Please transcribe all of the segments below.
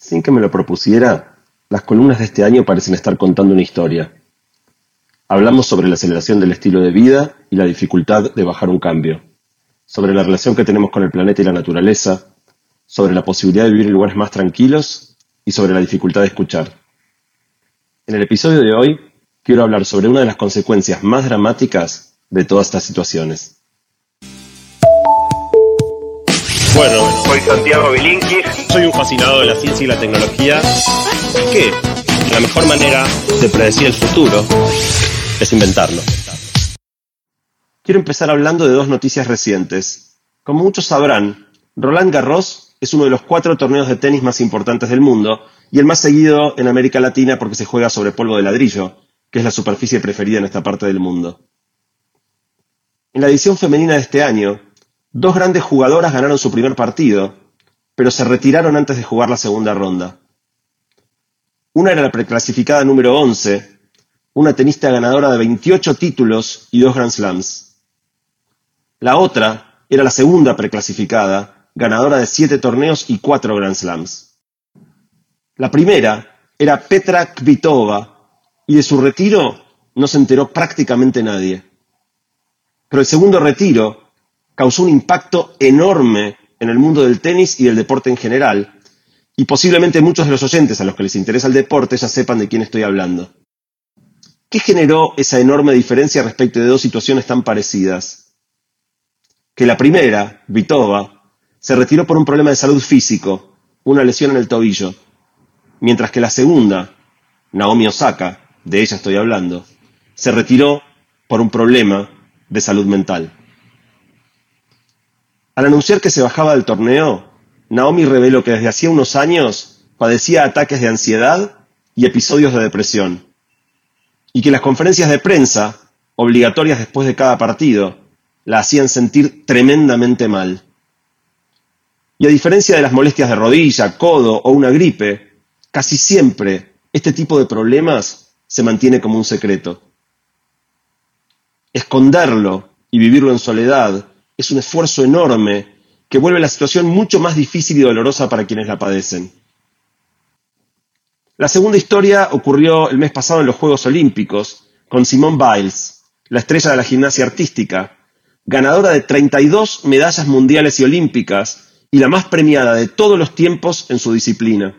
Sin que me lo propusiera, las columnas de este año parecen estar contando una historia. Hablamos sobre la aceleración del estilo de vida y la dificultad de bajar un cambio, sobre la relación que tenemos con el planeta y la naturaleza, sobre la posibilidad de vivir en lugares más tranquilos y sobre la dificultad de escuchar. En el episodio de hoy quiero hablar sobre una de las consecuencias más dramáticas de todas estas situaciones. Bueno, soy Santiago Bilinkis, soy un fascinado de la ciencia y la tecnología. ¿Qué? La mejor manera de predecir el futuro es inventarlo. Quiero empezar hablando de dos noticias recientes. Como muchos sabrán, Roland Garros es uno de los 4 torneos de tenis más importantes del mundo y el más seguido en América Latina porque se juega sobre polvo de ladrillo, que es la superficie preferida en esta parte del mundo. En la edición femenina de este año, 2 grandes jugadoras ganaron su primer partido, pero se retiraron antes de jugar la segunda ronda. Una era la preclasificada número 11, una tenista ganadora de 28 títulos y 2 Grand Slams. La otra era la segunda preclasificada, ganadora de 7 torneos y 4 Grand Slams. La primera era Petra Kvitova, y de su retiro no se enteró prácticamente nadie. Pero el segundo retiro causó un impacto enorme en el mundo del tenis y del deporte en general, y posiblemente muchos de los oyentes a los que les interesa el deporte ya sepan de quién estoy hablando. ¿Qué generó esa enorme diferencia respecto de 2 situaciones tan parecidas? Que la primera, Kvitova, se retiró por un problema de salud físico, una lesión en el tobillo, mientras que la segunda, Naomi Osaka, de ella estoy hablando, se retiró por un problema de salud mental. Al anunciar que se bajaba del torneo, Naomi reveló que desde hacía unos años padecía ataques de ansiedad y episodios de depresión, y que las conferencias de prensa, obligatorias después de cada partido, la hacían sentir tremendamente mal. Y a diferencia de las molestias de rodilla, codo o una gripe, casi siempre este tipo de problemas se mantiene como un secreto. Esconderlo y vivirlo en soledad es un esfuerzo enorme que vuelve la situación mucho más difícil y dolorosa para quienes la padecen. La segunda historia ocurrió el mes pasado en los Juegos Olímpicos con Simone Biles, la estrella de la gimnasia artística, ganadora de 32 medallas mundiales y olímpicas y la más premiada de todos los tiempos en su disciplina.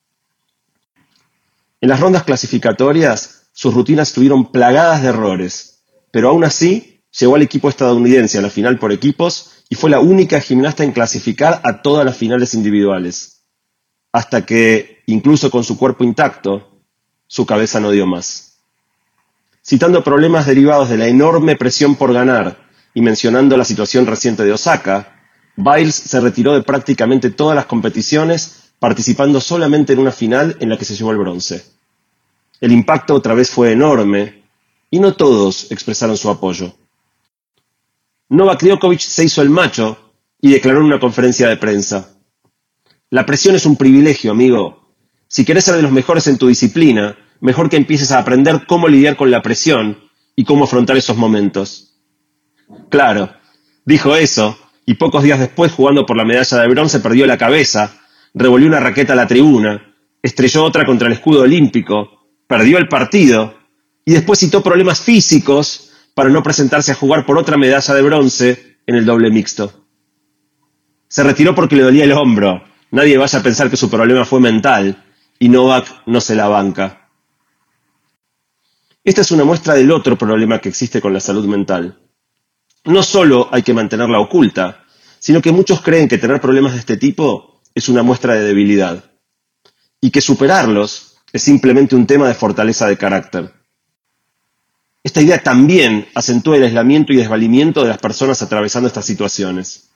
En las rondas clasificatorias, sus rutinas estuvieron plagadas de errores, pero aún así llegó al equipo estadounidense a la final por equipos y fue la única gimnasta en clasificar a todas las finales individuales. Hasta que, incluso con su cuerpo intacto, su cabeza no dio más. Citando problemas derivados de la enorme presión por ganar y mencionando la situación reciente de Osaka, Biles se retiró de prácticamente todas las competiciones, participando solamente en una final en la que se llevó el bronce. El impacto otra vez fue enorme y no todos expresaron su apoyo. Novak Djokovic se hizo el macho y declaró en una conferencia de prensa: la presión es un privilegio, amigo. Si querés ser de los mejores en tu disciplina, mejor que empieces a aprender cómo lidiar con la presión y cómo afrontar esos momentos. Claro, dijo eso, y pocos días después, jugando por la medalla de bronce, perdió la cabeza, revolvió una raqueta a la tribuna, estrelló otra contra el escudo olímpico, perdió el partido, y después citó problemas físicos para no presentarse a jugar por otra medalla de bronce en el doble mixto. Se retiró porque le dolía el hombro. Nadie vaya a pensar que su problema fue mental, y Novak no se la banca. Esta es una muestra del otro problema que existe con la salud mental. No solo hay que mantenerla oculta, sino que muchos creen que tener problemas de este tipo es una muestra de debilidad, y que superarlos es simplemente un tema de fortaleza de carácter. Esta idea también acentúa el aislamiento y desvalimiento de las personas atravesando estas situaciones.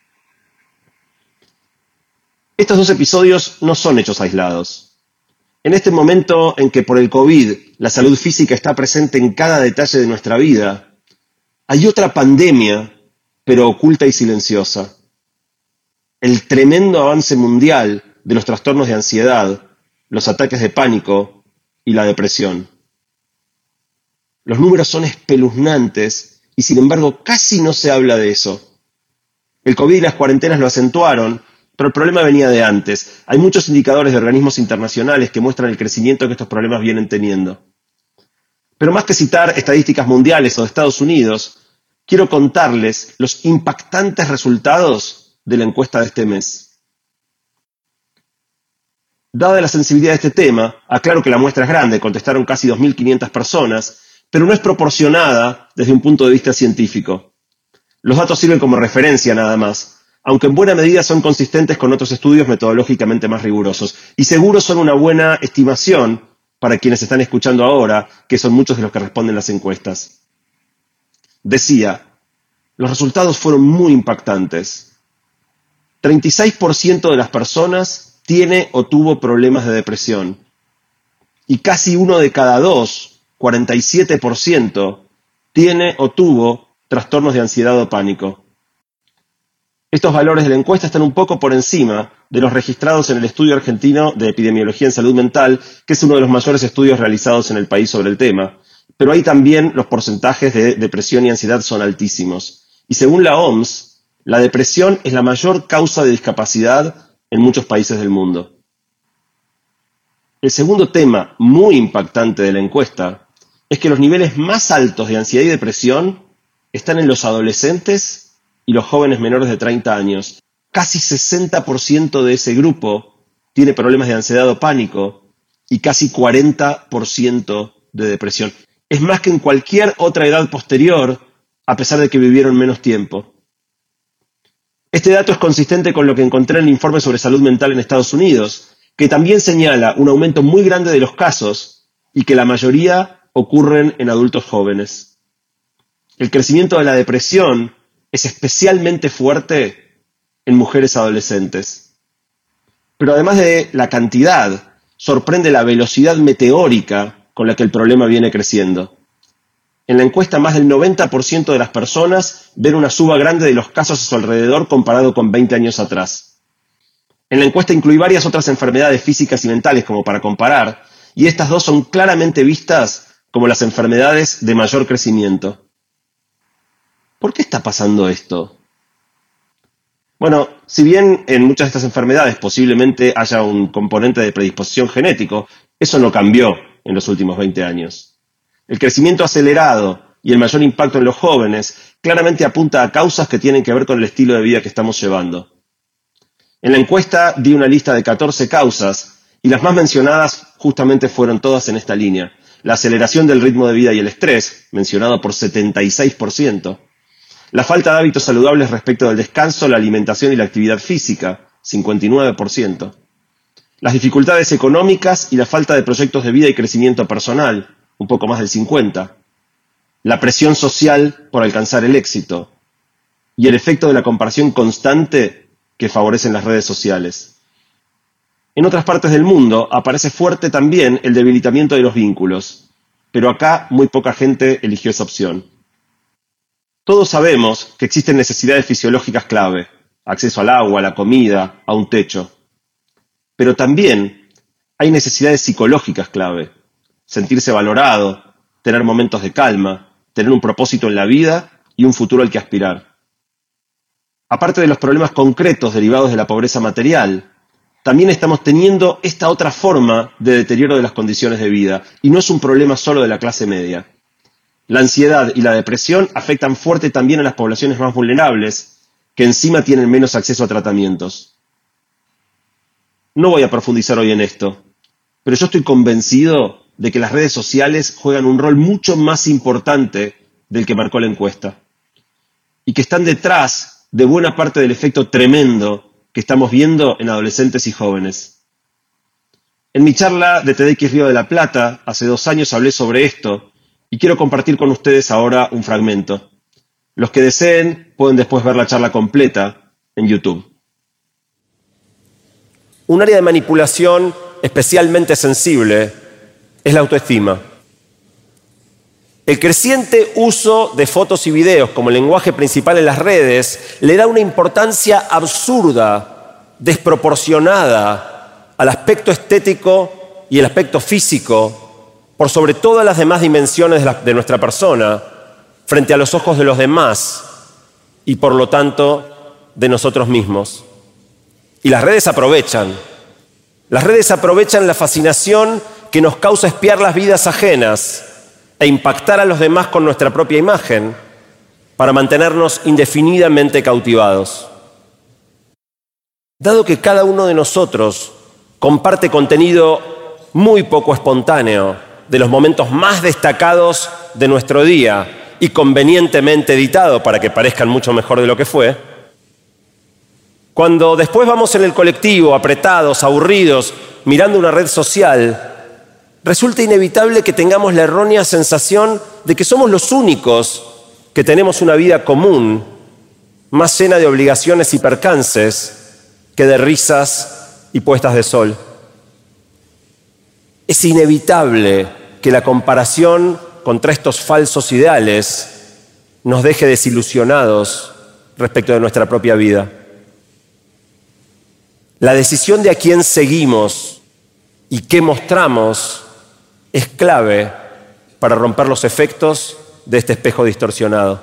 Estos 2 episodios no son hechos aislados. En este momento en que por el COVID la salud física está presente en cada detalle de nuestra vida, hay otra pandemia, pero oculta y silenciosa. El tremendo avance mundial de los trastornos de ansiedad, los ataques de pánico y la depresión. Los números son espeluznantes y sin embargo casi no se habla de eso. El COVID y las cuarentenas lo acentuaron Pero el problema venía de antes. Hay muchos indicadores de organismos internacionales que muestran el crecimiento que estos problemas vienen teniendo. Pero más que citar estadísticas mundiales o de Estados Unidos, quiero contarles los impactantes resultados de la encuesta de este mes. Dada la sensibilidad de este tema, aclaro que la muestra es grande, contestaron casi 2.500 personas, pero no es proporcionada desde un punto de vista científico. Los datos sirven como referencia nada más, aunque en buena medida son consistentes con otros estudios metodológicamente más rigurosos, y seguro son una buena estimación para quienes están escuchando ahora, que son muchos de los que responden las encuestas. Decía, los resultados fueron muy impactantes. 36% de las personas tiene o tuvo problemas de depresión, y casi uno de cada dos, 47%, tiene o tuvo trastornos de ansiedad o pánico. Estos valores de la encuesta están un poco por encima de los registrados en el Estudio Argentino de Epidemiología en Salud Mental, que es uno de los mayores estudios realizados en el país sobre el tema. Pero ahí también los porcentajes de depresión y ansiedad son altísimos. Y según la OMS, la depresión es la mayor causa de discapacidad en muchos países del mundo. El segundo tema muy impactante de la encuesta es que los niveles más altos de ansiedad y depresión están en los adolescentes y los jóvenes menores de 30 años. Casi 60% de ese grupo tiene problemas de ansiedad o pánico y casi 40% de depresión. Es más que en cualquier otra edad posterior, a pesar de que vivieron menos tiempo. Este dato es consistente con lo que encontré en el informe sobre salud mental en Estados Unidos, que también señala un aumento muy grande de los casos y que la mayoría ocurren en adultos jóvenes. El crecimiento de la depresión es especialmente fuerte en mujeres adolescentes. Pero además de la cantidad, sorprende la velocidad meteórica con la que el problema viene creciendo. En la encuesta, más del 90% de las personas ven una suba grande de los casos a su alrededor comparado con 20 años atrás. En la encuesta incluí varias otras enfermedades físicas y mentales como para comparar, y estas dos son claramente vistas como las enfermedades de mayor crecimiento. ¿Por qué está pasando esto? Bueno, si bien en muchas de estas enfermedades posiblemente haya un componente de predisposición genético, eso no cambió en los últimos 20 años. El crecimiento acelerado y el mayor impacto en los jóvenes claramente apunta a causas que tienen que ver con el estilo de vida que estamos llevando. En la encuesta di una lista de 14 causas y las más mencionadas justamente fueron todas en esta línea. La aceleración del ritmo de vida y el estrés, mencionado por 76%. La falta de hábitos saludables respecto del descanso, la alimentación y la actividad física, 59%. Las dificultades económicas y la falta de proyectos de vida y crecimiento personal, un poco más del 50%. La presión social por alcanzar el éxito. Y el efecto de la comparación constante que favorecen las redes sociales. En otras partes del mundo aparece fuerte también el debilitamiento de los vínculos, pero acá muy poca gente eligió esa opción. Todos sabemos que existen necesidades fisiológicas clave, acceso al agua, a la comida, a un techo. Pero también hay necesidades psicológicas clave, sentirse valorado, tener momentos de calma, tener un propósito en la vida y un futuro al que aspirar. Aparte de los problemas concretos derivados de la pobreza material, también estamos teniendo esta otra forma de deterioro de las condiciones de vida, y no es un problema solo de la clase media. La ansiedad y la depresión afectan fuerte también a las poblaciones más vulnerables, que encima tienen menos acceso a tratamientos. No voy a profundizar hoy en esto, pero yo estoy convencido de que las redes sociales juegan un rol mucho más importante del que marcó la encuesta, y que están detrás de buena parte del efecto tremendo que estamos viendo en adolescentes y jóvenes. En mi charla de TEDx Río de la Plata, hace 2 años hablé sobre esto, y quiero compartir con ustedes ahora un fragmento. Los que deseen pueden después ver la charla completa en YouTube. Un área de manipulación especialmente sensible es la autoestima. El creciente uso de fotos y videos como lenguaje principal en las redes le da una importancia absurda, desproporcionada al aspecto estético y el aspecto físico por sobre todas las demás dimensiones de nuestra persona, frente a los ojos de los demás y por lo tanto de nosotros mismos. Y las redes aprovechan. Las redes aprovechan la fascinación que nos causa espiar las vidas ajenas e impactar a los demás con nuestra propia imagen para mantenernos indefinidamente cautivados. Dado que cada uno de nosotros comparte contenido muy poco espontáneo de los momentos más destacados de nuestro día y convenientemente editado para que parezcan mucho mejor de lo que fue, cuando después vamos en el colectivo, apretados, aburridos, mirando una red social, resulta inevitable que tengamos la errónea sensación de que somos los únicos que tenemos una vida común, más llena de obligaciones y percances que de risas y puestas de sol. Es inevitable que la comparación contra estos falsos ideales nos deje desilusionados respecto de nuestra propia vida. La decisión de a quién seguimos y qué mostramos es clave para romper los efectos de este espejo distorsionado.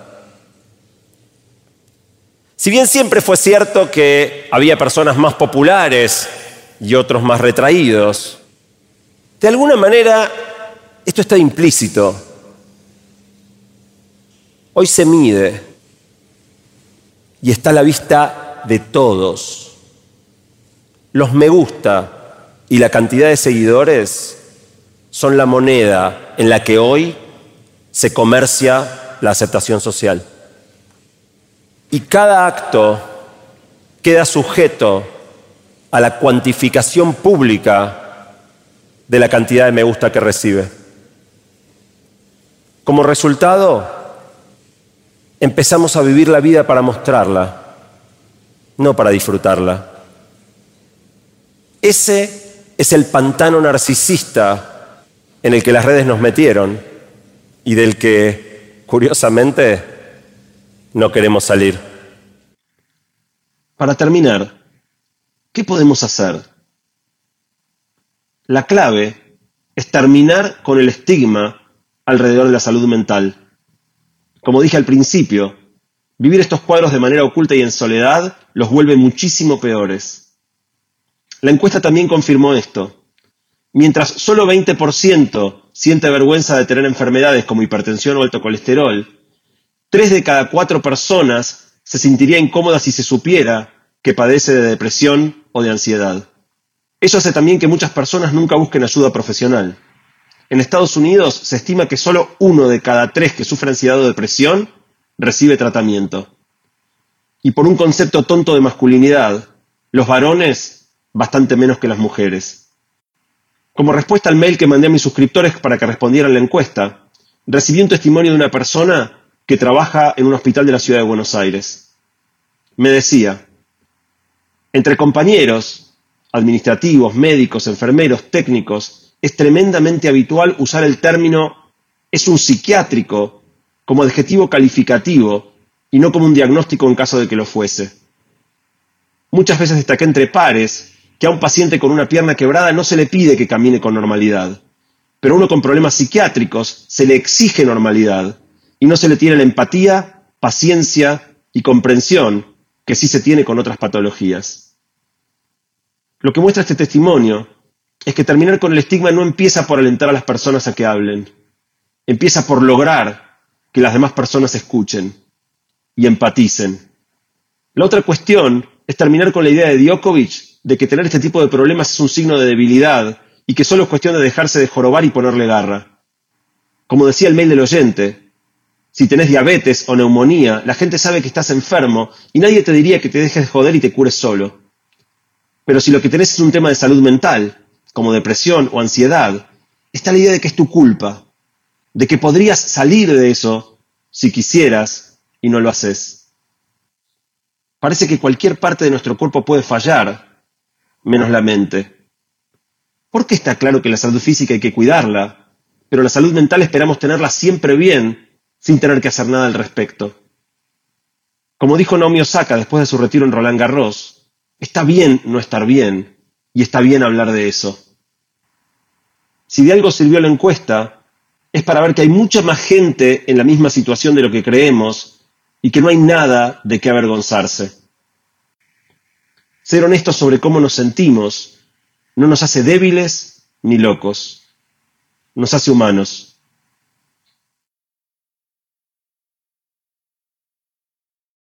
Si bien siempre fue cierto que había personas más populares y otros más retraídos, de alguna manera esto está implícito. Hoy se mide y está a la vista de todos. Los me gusta y la cantidad de seguidores son la moneda en la que hoy se comercia la aceptación social. Y cada acto queda sujeto a la cuantificación pública de la cantidad de me gusta que recibe. Como resultado, empezamos a vivir la vida para mostrarla, no para disfrutarla. Ese es el pantano narcisista en el que las redes nos metieron y del que, curiosamente, no queremos salir. Para terminar, ¿qué podemos hacer? La clave es terminar con el estigma alrededor de la salud mental. Como dije al principio, vivir estos cuadros de manera oculta y en soledad los vuelve muchísimo peores. La encuesta también confirmó esto. Mientras solo 20% siente vergüenza de tener enfermedades como hipertensión o alto colesterol, 3 de cada 4 personas se sentiría incómoda si se supiera que padece de depresión o de ansiedad. Eso hace también que muchas personas nunca busquen ayuda profesional. En Estados Unidos se estima que solo 1 de cada 3 que sufre ansiedad o depresión recibe tratamiento. Y por un concepto tonto de masculinidad, los varones bastante menos que las mujeres. Como respuesta al mail que mandé a mis suscriptores para que respondieran la encuesta, recibí un testimonio de una persona que trabaja en un hospital de la ciudad de Buenos Aires. Me decía, entre compañeros, administrativos, médicos, enfermeros, técnicos, es tremendamente habitual usar el término «es un psiquiátrico» como adjetivo calificativo y no como un diagnóstico en caso de que lo fuese. Muchas veces destaqué entre pares que a un paciente con una pierna quebrada no se le pide que camine con normalidad, pero a uno con problemas psiquiátricos se le exige normalidad y no se le tiene la empatía, paciencia y comprensión que sí se tiene con otras patologías. Lo que muestra este testimonio es que terminar con el estigma no empieza por alentar a las personas a que hablen, empieza por lograr que las demás personas escuchen y empaticen. La otra cuestión es terminar con la idea de Djokovic de que tener este tipo de problemas es un signo de debilidad y que solo es cuestión de dejarse de jorobar y ponerle garra. Como decía el mail del oyente, si tenés diabetes o neumonía, la gente sabe que estás enfermo y nadie te diría que te dejes de joder y te cures solo. Pero si lo que tenés es un tema de salud mental, como depresión o ansiedad, está la idea de que es tu culpa, de que podrías salir de eso si quisieras y no lo haces. Parece que cualquier parte de nuestro cuerpo puede fallar, menos la mente. Porque está claro que la salud física hay que cuidarla, pero la salud mental esperamos tenerla siempre bien, sin tener que hacer nada al respecto. Como dijo Naomi Osaka después de su retiro en Roland Garros, está bien no estar bien, y está bien hablar de eso. Si de algo sirvió la encuesta, es para ver que hay mucha más gente en la misma situación de lo que creemos, y que no hay nada de qué avergonzarse. Ser honestos sobre cómo nos sentimos no nos hace débiles ni locos, nos hace humanos.